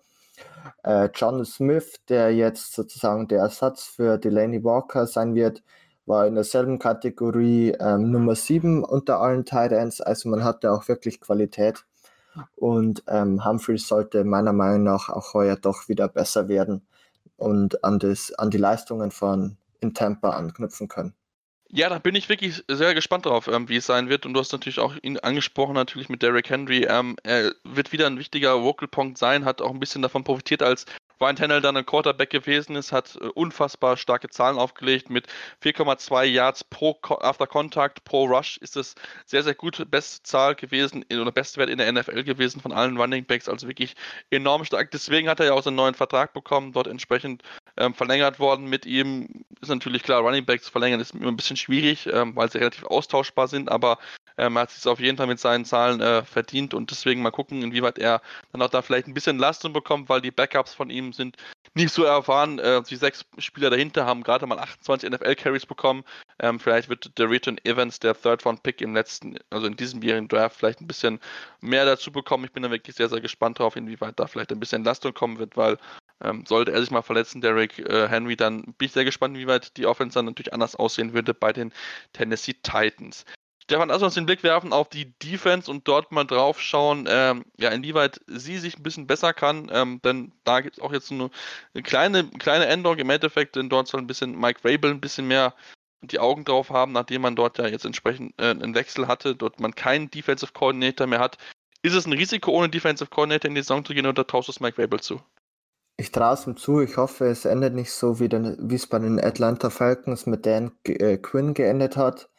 John Smith, der jetzt sozusagen der Ersatz für Delaney Walker sein wird, war in derselben Kategorie Nummer 7 unter allen Tight Ends. Also man hatte auch wirklich Qualität. Und Humphries sollte meiner Meinung nach auch heuer doch wieder besser werden und an die Leistungen von in Tampa anknüpfen können. Ja, da bin ich wirklich sehr gespannt drauf, wie es sein wird. Und du hast natürlich auch ihn angesprochen, natürlich mit Derrick Henry. Er wird wieder ein wichtiger Vocal Point sein, hat auch ein bisschen davon profitiert, als Ryan Tannehill dann ein Quarterback gewesen ist, hat unfassbar starke Zahlen aufgelegt mit 4,2 Yards pro After Contact, pro Rush ist es sehr, sehr gut. Beste Zahl gewesen oder beste Wert in der NFL gewesen von allen Running Backs, also wirklich enorm stark. Deswegen hat er ja auch seinen neuen Vertrag bekommen, dort entsprechend verlängert worden mit ihm. Ist natürlich klar, Running Backs verlängern ist immer ein bisschen schwierig, weil sie relativ austauschbar sind, aber er hat sich auf jeden Fall mit seinen Zahlen verdient und deswegen mal gucken, inwieweit er dann auch da vielleicht ein bisschen Leistung bekommt, weil die Backups von ihm sind nicht so erfahren. Die 6 Spieler dahinter haben gerade mal 28 NFL-Carries bekommen. Vielleicht wird der Return Evans, der Third-Round-Pick also in diesem jährigen Draft, vielleicht ein bisschen mehr dazu bekommen. Ich bin da wirklich sehr, sehr gespannt drauf, inwieweit da vielleicht ein bisschen Leistung kommen wird, weil sollte er sich mal verletzen, Derrick Henry, dann bin ich sehr gespannt, inwieweit die Offense dann natürlich anders aussehen würde bei den Tennessee Titans. Stefan, lass uns den Blick werfen auf die Defense und dort mal drauf schauen, inwieweit sie sich ein bisschen besser kann, denn da gibt es auch jetzt eine kleine Änderung im Endeffekt, denn dort soll ein bisschen Mike Vrabel ein bisschen mehr die Augen drauf haben, nachdem man dort ja jetzt entsprechend einen Wechsel hatte, dort man keinen Defensive Coordinator mehr hat. Ist es ein Risiko, ohne Defensive Coordinator in die Saison zu gehen, oder traust du es Mike Vrabel zu? Ich traue es ihm zu. Ich hoffe, es endet nicht so, wie es bei den Atlanta Falcons mit Dan Quinn geendet hat.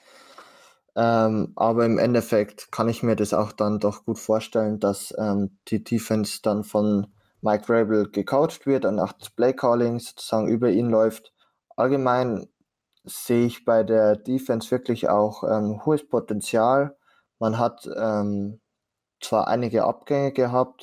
Aber im Endeffekt kann ich mir das auch dann doch gut vorstellen, dass die Defense dann von Mike Vrabel gecoacht wird und auch das Play-Calling sozusagen über ihn läuft. Allgemein sehe ich bei der Defense wirklich auch hohes Potenzial. Man hat zwar einige Abgänge gehabt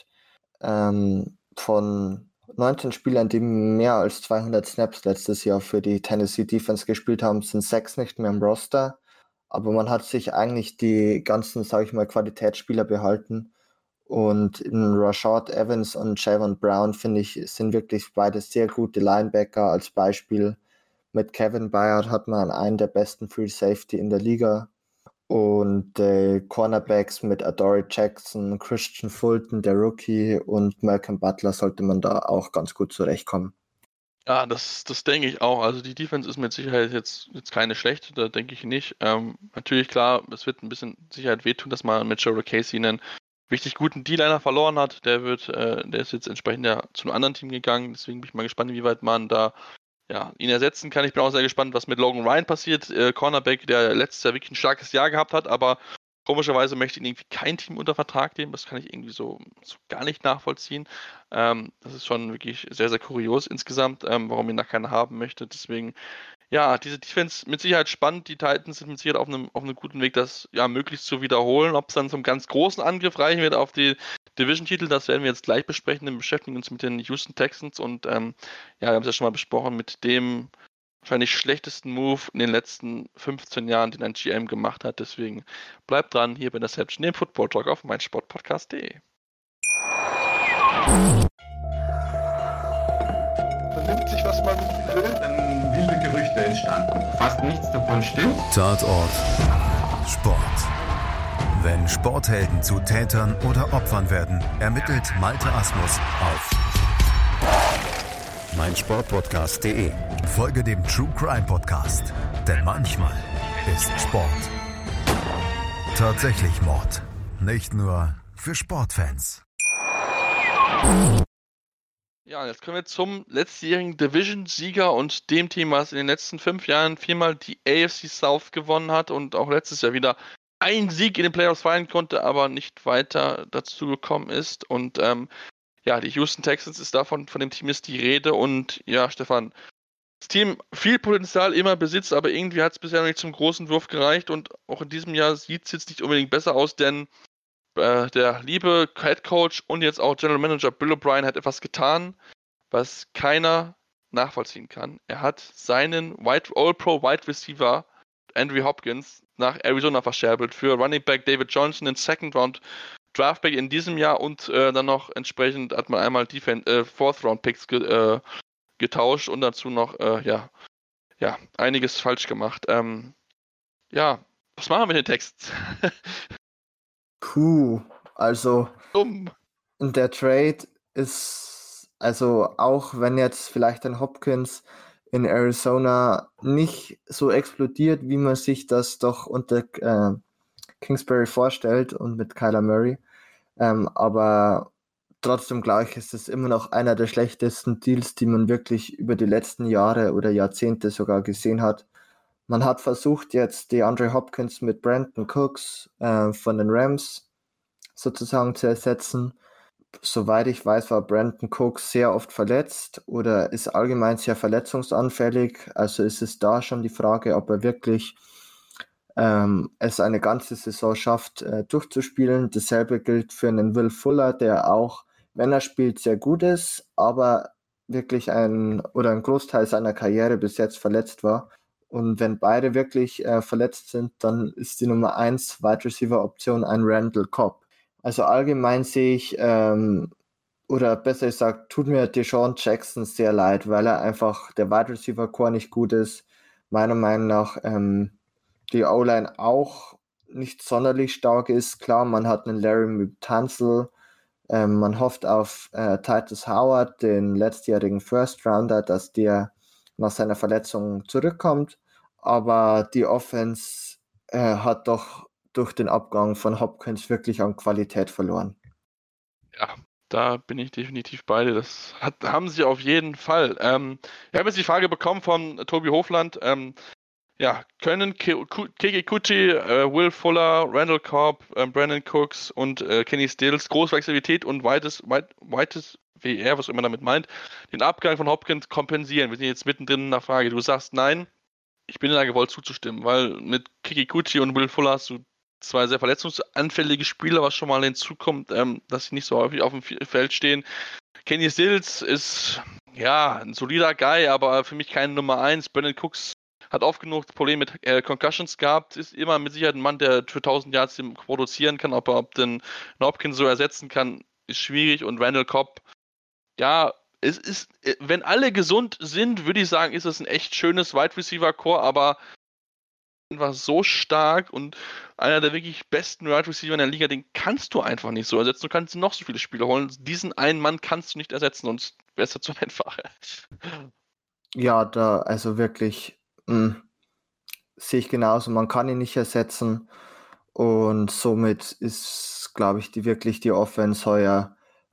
von 19 Spielern, die mehr als 200 Snaps letztes Jahr für die Tennessee Defense gespielt haben, sind 6 nicht mehr im Roster. Aber man hat sich eigentlich die ganzen, sage ich mal, Qualitätsspieler behalten. Und in Rashad Evans und Javon Brown, finde ich, sind wirklich beide sehr gute Linebacker. Als Beispiel mit Kevin Byard hat man einen der besten Free Safety in der Liga. Und Cornerbacks mit Adoree Jackson, Christian Fulton, der Rookie, und Malcolm Butler sollte man da auch ganz gut zurechtkommen. Ja, das denke ich auch. Also die Defense ist mit Sicherheit jetzt keine schlechte, da denke ich nicht. Natürlich, klar, es wird ein bisschen Sicherheit wehtun, dass man mit Joe Casey einen richtig guten D-Liner verloren hat. Der ist jetzt entsprechend ja zu einem anderen Team gegangen. Deswegen bin ich mal gespannt, wie weit man da ihn ersetzen kann. Ich bin auch sehr gespannt, was mit Logan Ryan passiert. Cornerback, der letztes Jahr wirklich ein starkes Jahr gehabt hat, aber komischerweise möchte ihn irgendwie kein Team unter Vertrag nehmen. Das kann ich irgendwie so gar nicht nachvollziehen. Das ist schon wirklich sehr, sehr kurios insgesamt, warum ihn da keiner haben möchte. Deswegen, ja, diese Defense mit Sicherheit spannend. Die Titans sind mit Sicherheit auf einem guten Weg, das ja möglichst zu wiederholen. Ob es dann zum ganz großen Angriff reichen wird auf die Division-Titel, das werden wir jetzt gleich besprechen. Wir beschäftigen uns mit den Houston Texans und wir haben es ja schon mal besprochen, mit dem wahrscheinlich schlechtesten Move in den letzten 15 Jahren, den ein GM gemacht hat. Deswegen bleibt dran hier bei Interception, dem Football Talk auf meinsportpodcast.de. Vernimmt sich, was man will, dann wilde Gerüchte entstanden. Fast nichts davon stimmt. Tatort Sport. Wenn Sporthelden zu Tätern oder Opfern werden, ermittelt Malte Asmus auf meinsportpodcast.de. Folge dem True Crime Podcast, denn manchmal ist Sport tatsächlich Mord. Nicht nur für Sportfans. Ja, jetzt kommen wir zum letztjährigen Division-Sieger und dem Team, was in den letzten 5 Jahren 4-mal die AFC South gewonnen hat und auch letztes Jahr wieder einen Sieg in den Playoffs feiern konnte, aber nicht weiter dazu gekommen ist. Und die Houston Texans ist von dem Team ist die Rede. Und ja, Stefan, das Team viel Potenzial immer besitzt, aber irgendwie hat es bisher noch nicht zum großen Wurf gereicht. Und auch in diesem Jahr sieht es jetzt nicht unbedingt besser aus, denn der liebe Head Coach und jetzt auch General Manager Bill O'Brien hat etwas getan, was keiner nachvollziehen kann. Er hat seinen All-Pro Wide Receiver Andrew Hopkins nach Arizona verscherbelt für Running Back David Johnson, den Second Round Draftback in diesem Jahr und dann noch entsprechend hat man einmal Fourth Round Picks getauscht und dazu noch einiges falsch gemacht. Was machen wir mit den Texten? Also der Trade ist, also auch wenn jetzt vielleicht ein Hopkins in Arizona nicht so explodiert, wie man sich das doch unter Kingsbury vorstellt und mit Kyler Murray, aber trotzdem glaube ich, ist es immer noch einer der schlechtesten Deals, die man wirklich über die letzten Jahre oder Jahrzehnte sogar gesehen hat. Man hat versucht, jetzt DeAndre Hopkins mit Brandon Cooks von den Rams sozusagen zu ersetzen. Soweit ich weiß, war Brandon Cooks sehr oft verletzt oder ist allgemein sehr verletzungsanfällig. Also ist es da schon die Frage, ob er wirklich es eine ganze Saison schafft, durchzuspielen. Dasselbe gilt für einen Will Fuller, der auch, wenn er spielt, sehr gut ist, aber wirklich ein Großteil seiner Karriere bis jetzt verletzt war. Und wenn beide wirklich verletzt sind, dann ist die Nummer 1 Wide Receiver Option ein Randall Cobb. Also allgemein sehe ich, oder besser gesagt, tut mir Deshaun Jackson sehr leid, weil er einfach der Wide Receiver Core nicht gut ist. Meiner Meinung nach die O-Line auch nicht sonderlich stark ist. Klar, man hat einen Larry Tunsil, man hofft auf Titus Howard, den letztjährigen First Rounder, dass der nach seiner Verletzung zurückkommt. Aber die Offense hat doch durch den Abgang von Hopkins wirklich an Qualität verloren. Ja, da bin ich definitiv bei dir. Das haben sie auf jeden Fall. Wir haben jetzt die Frage bekommen von Tobi Hofland. Können Keke Kuti, Will Fuller, Randall Cobb, Brandon Cooks und Kenny Stills große Flexibilität und weites WR, was immer damit meint, den Abgang von Hopkins kompensieren? Wir sind jetzt mittendrin in der Frage. Du sagst nein. Ich bin in der gewollt zuzustimmen, weil mit Keke Kuti und Will Fuller hast du 2 sehr verletzungsanfällige Spieler, was schon mal hinzukommt, dass sie nicht so häufig auf dem Feld stehen. Kenny Stills ist ein solider Guy, aber für mich keine Nummer 1. Brandon Cooks hat oft genug Probleme mit Concussions gehabt, ist immer mit Sicherheit ein Mann, der für 1000 Yards produzieren kann, ob den Hopkins so ersetzen kann, ist schwierig. Und Randall Cobb, es ist, wenn alle gesund sind, würde ich sagen, ist es ein echt schönes Wide Receiver Core, aber einfach so stark und einer der wirklich besten Wide Receiver in der Liga, den kannst du einfach nicht so ersetzen. Du kannst noch so viele Spieler holen. Diesen einen Mann kannst du nicht ersetzen, sonst wäre es ja zu einfach. Ja, also wirklich, sehe ich genauso. Man kann ihn nicht ersetzen und somit ist, glaube ich, die Offense heuer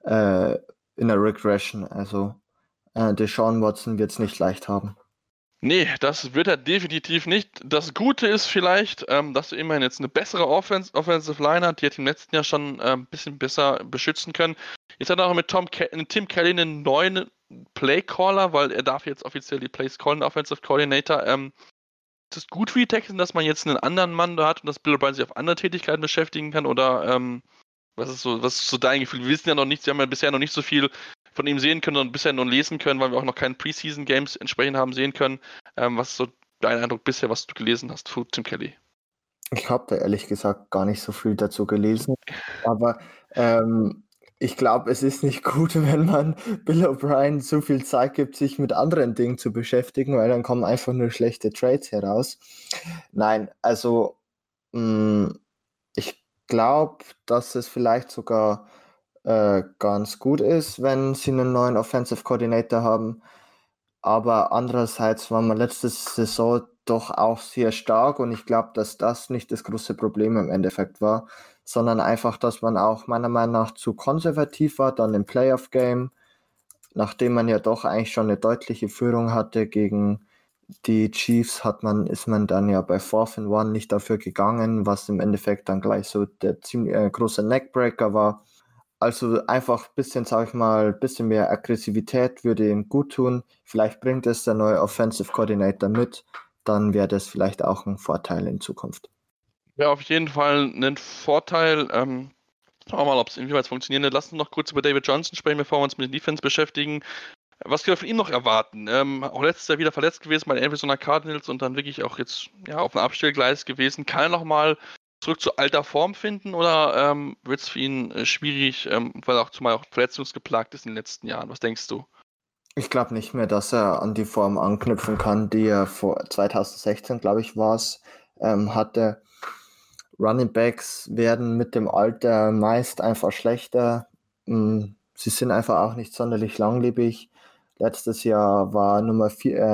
in der Regression. Also Deshaun Watson wird es nicht leicht haben. Nee, das wird er definitiv nicht. Das Gute ist vielleicht, dass er immerhin jetzt eine bessere Offensive Line hat. Die hat im letzten Jahr schon ein bisschen besser beschützen können. Jetzt hat er auch mit Tim Kelly einen neuen Playcaller, weil er darf jetzt offiziell die Plays callen, Offensive Coordinator. Ist es gut für die Texans, dass man jetzt einen anderen Mann da hat und dass Bill O'Brien sich auf andere Tätigkeiten beschäftigen kann? Oder was ist so dein Gefühl? Wir wissen ja noch nichts, wir haben ja bisher noch nicht so viel von ihm sehen können und bisher nur lesen können, weil wir auch noch keine Preseason-Games entsprechend haben sehen können. Was ist so dein Eindruck bisher, was du gelesen hast zu Tim Kelly? Ich habe da ehrlich gesagt gar nicht so viel dazu gelesen, aber ich glaube, es ist nicht gut, wenn man Bill O'Brien so viel Zeit gibt, sich mit anderen Dingen zu beschäftigen, weil dann kommen einfach nur schlechte Trades heraus. Nein, also ich glaube, dass es vielleicht sogar ganz gut ist, wenn sie einen neuen Offensive Coordinator haben. Aber andererseits war man letzte Saison doch auch sehr stark und ich glaube, dass das nicht das große Problem im Endeffekt war, sondern einfach, dass man auch meiner Meinung nach zu konservativ war, dann im Playoff-Game, nachdem man ja doch eigentlich schon eine deutliche Führung hatte gegen die Chiefs, ist man dann ja bei 4th and 1 nicht dafür gegangen, was im Endeffekt dann gleich so der ziemlich große Neckbreaker war. Also einfach ein bisschen, sag ich mal, ein bisschen mehr Aggressivität würde ihm gut tun. Vielleicht bringt es der neue Offensive Coordinator mit. Dann wäre das vielleicht auch ein Vorteil in Zukunft. Wäre auf jeden Fall ein Vorteil. Schauen wir mal, ob es inwieweit funktionieren wird. Lass uns noch kurz über David Johnson sprechen, bevor wir uns mit den Defense beschäftigen. Was können wir von ihm noch erwarten? Auch letztes Jahr wieder verletzt gewesen bei den Arizona Cardinals und dann wirklich auch jetzt auf dem Abstellgleis gewesen. Kann er nochmal zurück zu alter Form finden oder wird es für ihn schwierig, weil er auch zumal auch verletzungsgeplagt ist in den letzten Jahren? Was denkst du? Ich glaube nicht mehr, dass er an die Form anknüpfen kann, die er vor 2016, glaube ich, war es, hatte. Running Backs werden mit dem Alter meist einfach schlechter. Sie sind einfach auch nicht sonderlich langlebig. Letztes Jahr war Nummer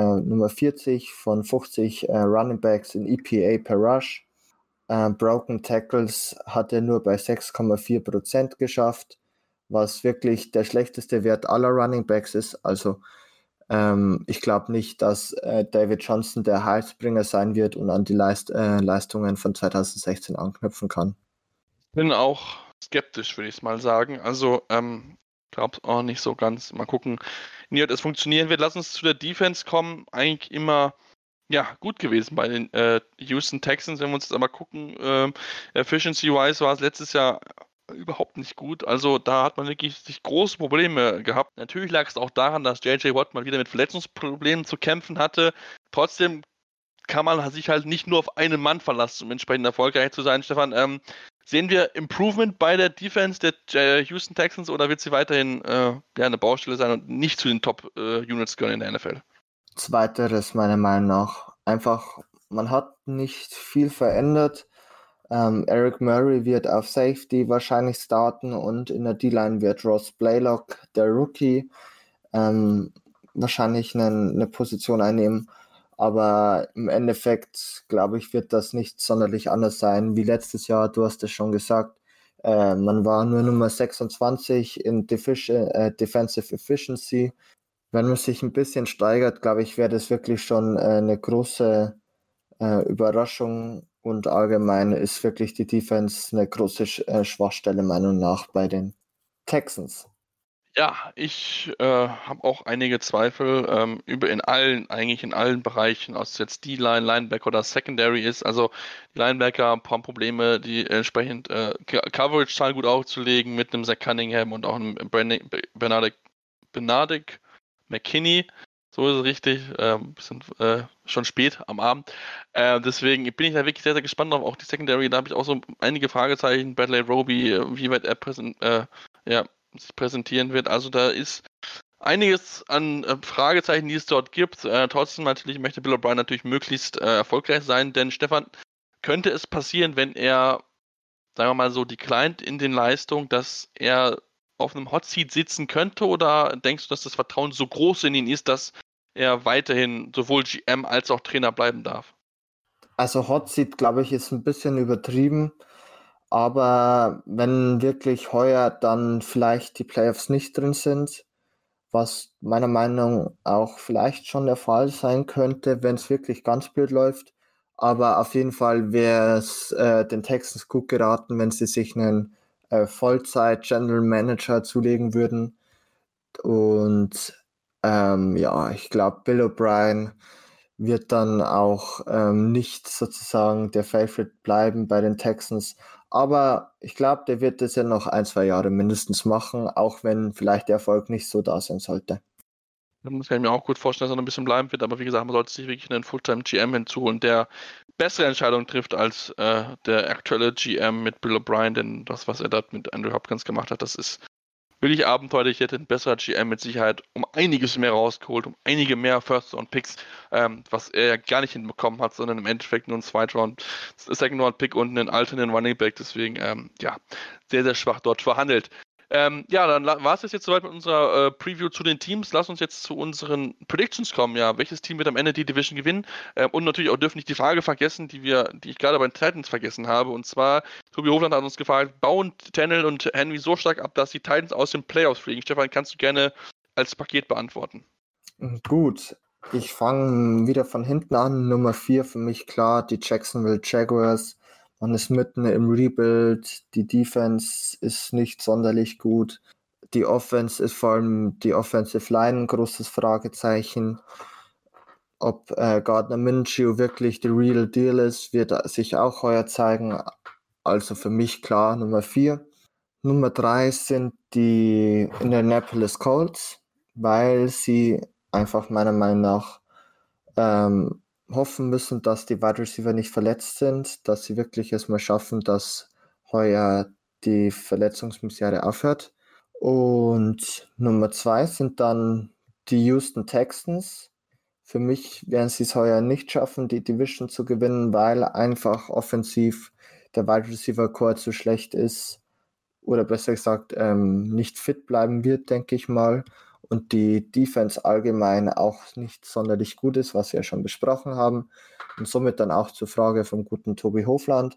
40 von 50 Running Backs in EPA per Rush. Broken Tackles hat er nur bei 6,4% geschafft, was wirklich der schlechteste Wert aller Running Backs ist. Also ich glaube nicht, dass David Johnson der Heilsbringer sein wird und an die Leistungen von 2016 anknüpfen kann. Ich bin auch skeptisch, würde ich es mal sagen. Also glaube es auch nicht so ganz. Mal gucken, wie es funktionieren wird. Lass uns zu der Defense kommen. Eigentlich immer gut gewesen bei den Houston Texans. Wenn wir uns jetzt einmal gucken, Efficiency-wise war es letztes Jahr überhaupt nicht gut. Also da hat man wirklich sich große Probleme gehabt. Natürlich lag es auch daran, dass J.J. Watt mal wieder mit Verletzungsproblemen zu kämpfen hatte. Trotzdem kann man sich halt nicht nur auf einen Mann verlassen, um entsprechend erfolgreich zu sein. Stefan, sehen wir Improvement bei der Defense der Houston Texans oder wird sie weiterhin eine Baustelle sein und nicht zu den Top-Units gehören in der NFL? Zweiteres meiner Meinung nach. Einfach, man hat nicht viel verändert. Eric Murray wird auf Safety wahrscheinlich starten und in der D-Line wird Ross Blaylock, der Rookie, wahrscheinlich eine Position einnehmen. Aber im Endeffekt, glaube ich, wird das nicht sonderlich anders sein wie letztes Jahr. Du hast es schon gesagt. Man war nur Nummer 26 in Defensive Efficiency. Wenn man sich ein bisschen steigert, glaube ich, wäre das wirklich schon eine große Überraschung und allgemein ist wirklich die Defense eine große Schwachstelle, meiner Meinung nach, bei den Texans. Ja, ich habe auch einige Zweifel in allen Bereichen, ob es jetzt D-Line, Linebacker oder Secondary ist. Also die Linebacker haben ein paar Probleme, die entsprechend Coverage-Zahlen gut aufzulegen mit einem Zach Cunningham und auch einem Benardic McKinney. So ist es richtig. Bisschen schon spät am Abend. Deswegen bin ich da wirklich sehr, sehr gespannt drauf. Auch die Secondary, da habe ich auch so einige Fragezeichen. Bradley Roby, wie weit er sich präsentieren wird. Also da ist einiges an Fragezeichen, die es dort gibt. Trotzdem natürlich möchte Bill O'Brien natürlich möglichst erfolgreich sein, denn Stefan, könnte es passieren, wenn er, sagen wir mal so, declined in den Leistungen, dass er auf einem Hot Seat sitzen könnte, oder denkst du, dass das Vertrauen so groß in ihn ist, dass er weiterhin sowohl GM als auch Trainer bleiben darf? Also Hot Seat, glaube ich, ist ein bisschen übertrieben. Aber wenn wirklich heuer dann vielleicht die Playoffs nicht drin sind, was meiner Meinung nach auch vielleicht schon der Fall sein könnte, wenn es wirklich ganz blöd läuft. Aber auf jeden Fall wäre es den Texans gut geraten, wenn sie sich einen Vollzeit-General Manager zulegen würden. Und ja, ich glaube, Bill O'Brien wird dann auch nicht sozusagen der Favorite bleiben bei den Texans. Aber ich glaube, der wird das ja noch 1, 2 Jahre mindestens machen, auch wenn vielleicht der Erfolg nicht so da sein sollte. Das kann ich mir auch gut vorstellen, dass er noch ein bisschen bleiben wird, aber wie gesagt, man sollte sich wirklich einen Fulltime-GM hinzuholen, der bessere Entscheidungen trifft als der aktuelle GM mit Bill O'Brien, denn das, was er dort mit Andrew Hopkins gemacht hat, das ist wirklich abenteuerlich. Hätte ein besserer GM mit Sicherheit um einiges mehr rausgeholt, um einige mehr First-Round-Picks, was er ja gar nicht hinbekommen hat, sondern im Endeffekt nur ein Second-Round-Pick und einen alternden Running Back. Deswegen, ja, sehr, sehr schwach dort verhandelt. Ja, dann war es jetzt soweit mit unserer Preview zu den Teams. Lass uns jetzt zu unseren Predictions kommen. Ja, welches Team wird am Ende die Division gewinnen? Und natürlich auch dürfen nicht die Frage vergessen, die ich gerade bei den Titans vergessen habe. Und zwar, Tobi Hofland hat uns gefragt, bauen Tannell und Henry so stark ab, dass die Titans aus den Playoffs fliegen? Stefan, kannst du gerne als Paket beantworten. Gut, ich fange wieder von hinten an. Nummer 4 für mich klar, die Jacksonville Jaguars. Man ist mitten im Rebuild, die Defense ist nicht sonderlich gut. Die Offense ist vor allem die Offensive Line ein großes Fragezeichen. Ob Gardner Minshew wirklich the real deal ist, wird sich auch heuer zeigen. Also für mich klar Nummer 4. Nummer 3 sind die Indianapolis Colts, weil sie einfach meiner Meinung nach hoffen müssen, dass die Wide Receiver nicht verletzt sind, dass sie wirklich es mal schaffen, dass heuer die Verletzungsmisere aufhört. Und Nummer 2 sind dann die Houston Texans. Für mich werden sie es heuer nicht schaffen, die Division zu gewinnen, weil einfach offensiv der Wide Receiver Core zu schlecht ist oder besser gesagt nicht fit bleiben wird, denke ich mal. Und die Defense allgemein auch nicht sonderlich gut ist, was wir ja schon besprochen haben. Und somit dann auch zur Frage vom guten Tobi Hofland.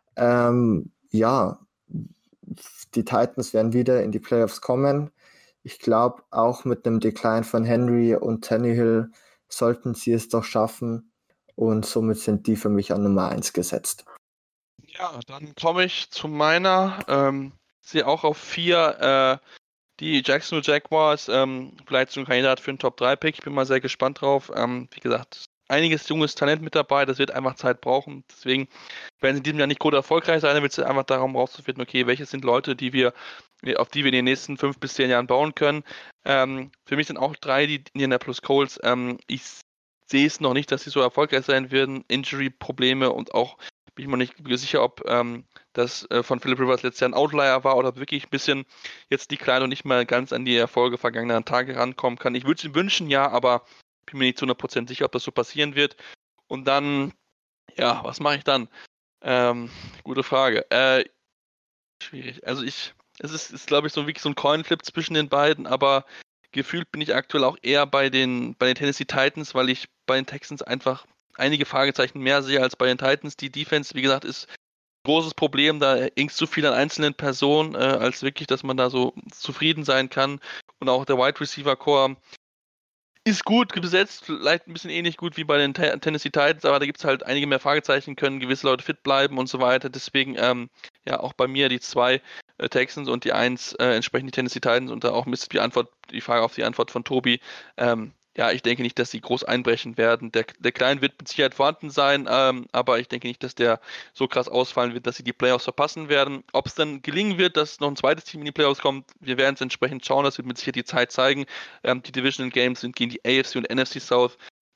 Ja, die Titans werden wieder in die Playoffs kommen. Ich glaube, auch mit einem Decline von Henry und Tannehill sollten sie es doch schaffen. Und somit sind die für mich an Nummer 1 gesetzt. Ja, dann komme ich zu meiner. Sehe auch auf 4 die Jacksonville Jaguars, vielleicht so ein Kandidat für einen Top-3-Pick. Ich bin mal sehr gespannt drauf. Wie gesagt, einiges junges Talent mit dabei, das wird einfach Zeit brauchen. Deswegen werden sie in diesem Jahr nicht gut erfolgreich sein. Dann wird es einfach darum rauszufinden, okay, welche sind Leute, auf die wir in den nächsten 5 bis 10 Jahren bauen können. Für mich sind auch 3 die Indianapolis Colts. Ich sehe es noch nicht, dass sie so erfolgreich sein werden. Injury-Probleme und auch bin ich mir nicht sicher, ob das von Philip Rivers letztes Jahr ein Outlier war oder wirklich ein bisschen jetzt die Kleine und nicht mal ganz an die Erfolge vergangener Tage rankommen kann. Ich würde es ihm wünschen, ja, aber bin mir nicht zu 100% sicher, ob das so passieren wird. Und dann, ja, was mache ich dann? Gute Frage. Schwierig. Also es ist glaube ich, so wirklich so ein Coinflip zwischen den beiden, aber gefühlt bin ich aktuell auch eher bei den Tennessee Titans, weil ich bei den Texans einfach einige Fragezeichen mehr sehe als bei den Titans. Die Defense, wie gesagt, ist ein großes Problem. Da hängt zu viel an einzelnen Personen, als wirklich, dass man da so zufrieden sein kann. Und auch der Wide Receiver Core ist gut besetzt, vielleicht ein bisschen ähnlich gut wie bei den Tennessee Titans, aber da gibt es halt einige mehr Fragezeichen, können gewisse Leute fit bleiben und so weiter. Deswegen, ja, auch bei mir die 2 Texans und die 1 entsprechend die Tennessee Titans und da auch die Frage auf die Antwort von Tobi. Ja, ich denke nicht, dass sie groß einbrechen werden. Der Klein wird mit Sicherheit vorhanden sein, aber ich denke nicht, dass der so krass ausfallen wird, dass sie die Playoffs verpassen werden. Ob es dann gelingen wird, dass noch ein zweites Team in die Playoffs kommt, wir werden es entsprechend schauen. Das wird mit Sicherheit die Zeit zeigen. Die Divisional Games sind gegen die AFC und NFC South.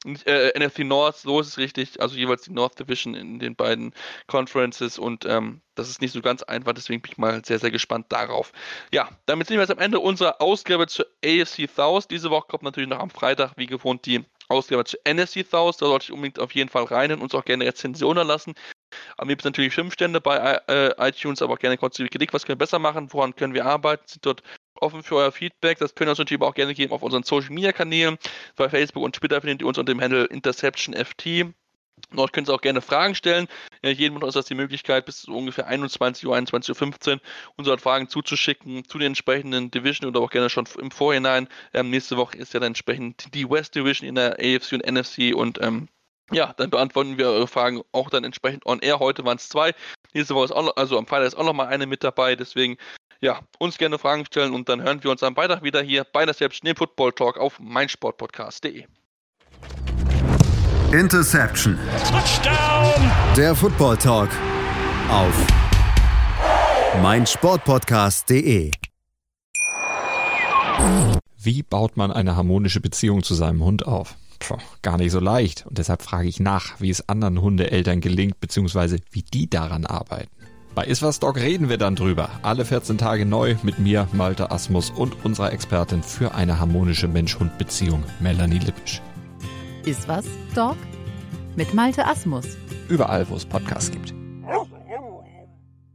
NFC North, so ist es richtig, also jeweils die North Division in den beiden Conferences und das ist nicht so ganz einfach, deswegen bin ich mal sehr, sehr gespannt darauf. Ja, damit sind wir jetzt am Ende unserer Ausgabe zur AFC South. Diese Woche kommt natürlich noch am Freitag, wie gewohnt, die Ausgabe zur NFC South. Da sollte ich unbedingt auf jeden Fall rein und uns auch gerne Rezensionen lassen. Am liebsten natürlich 5 Stände bei iTunes, aber auch gerne konstruktive Kritik. Was können wir besser machen? Woran können wir arbeiten? Sind dort offen für euer Feedback. Das könnt ihr uns natürlich auch gerne geben auf unseren Social Media Kanälen. Bei Facebook und Twitter findet ihr uns unter dem Handle InterceptionFT. Dort könnt ihr auch gerne Fragen stellen. Jedem von uns hat die Möglichkeit, bis zu ungefähr 21 Uhr, 21.15 Uhr uns dort Fragen zuzuschicken zu den entsprechenden Division oder auch gerne schon im Vorhinein. Nächste Woche ist ja dann entsprechend die West Division in der AFC und NFC und ja, dann beantworten wir eure Fragen auch dann entsprechend on air. Heute waren es 2. Nächste Woche ist auch noch, also am Freitag ist auch noch mal eine mit dabei. Deswegen, ja, uns gerne Fragen stellen und dann hören wir uns am Freitag wieder hier bei Interception, dem Football Talk auf meinsportpodcast.de. Interception. Touchdown! Der Football Talk auf meinsportpodcast.de. Wie baut man eine harmonische Beziehung zu seinem Hund auf? Gar nicht so leicht. Und deshalb frage ich nach, wie es anderen Hundeeltern gelingt, beziehungsweise wie die daran arbeiten. Bei Iswas Dog reden wir dann drüber. Alle 14 Tage neu mit mir, Malte Asmus und unserer Expertin für eine harmonische Mensch-Hund-Beziehung, Melanie Lippisch. Iswas Dog mit Malte Asmus. Überall, wo es Podcasts gibt.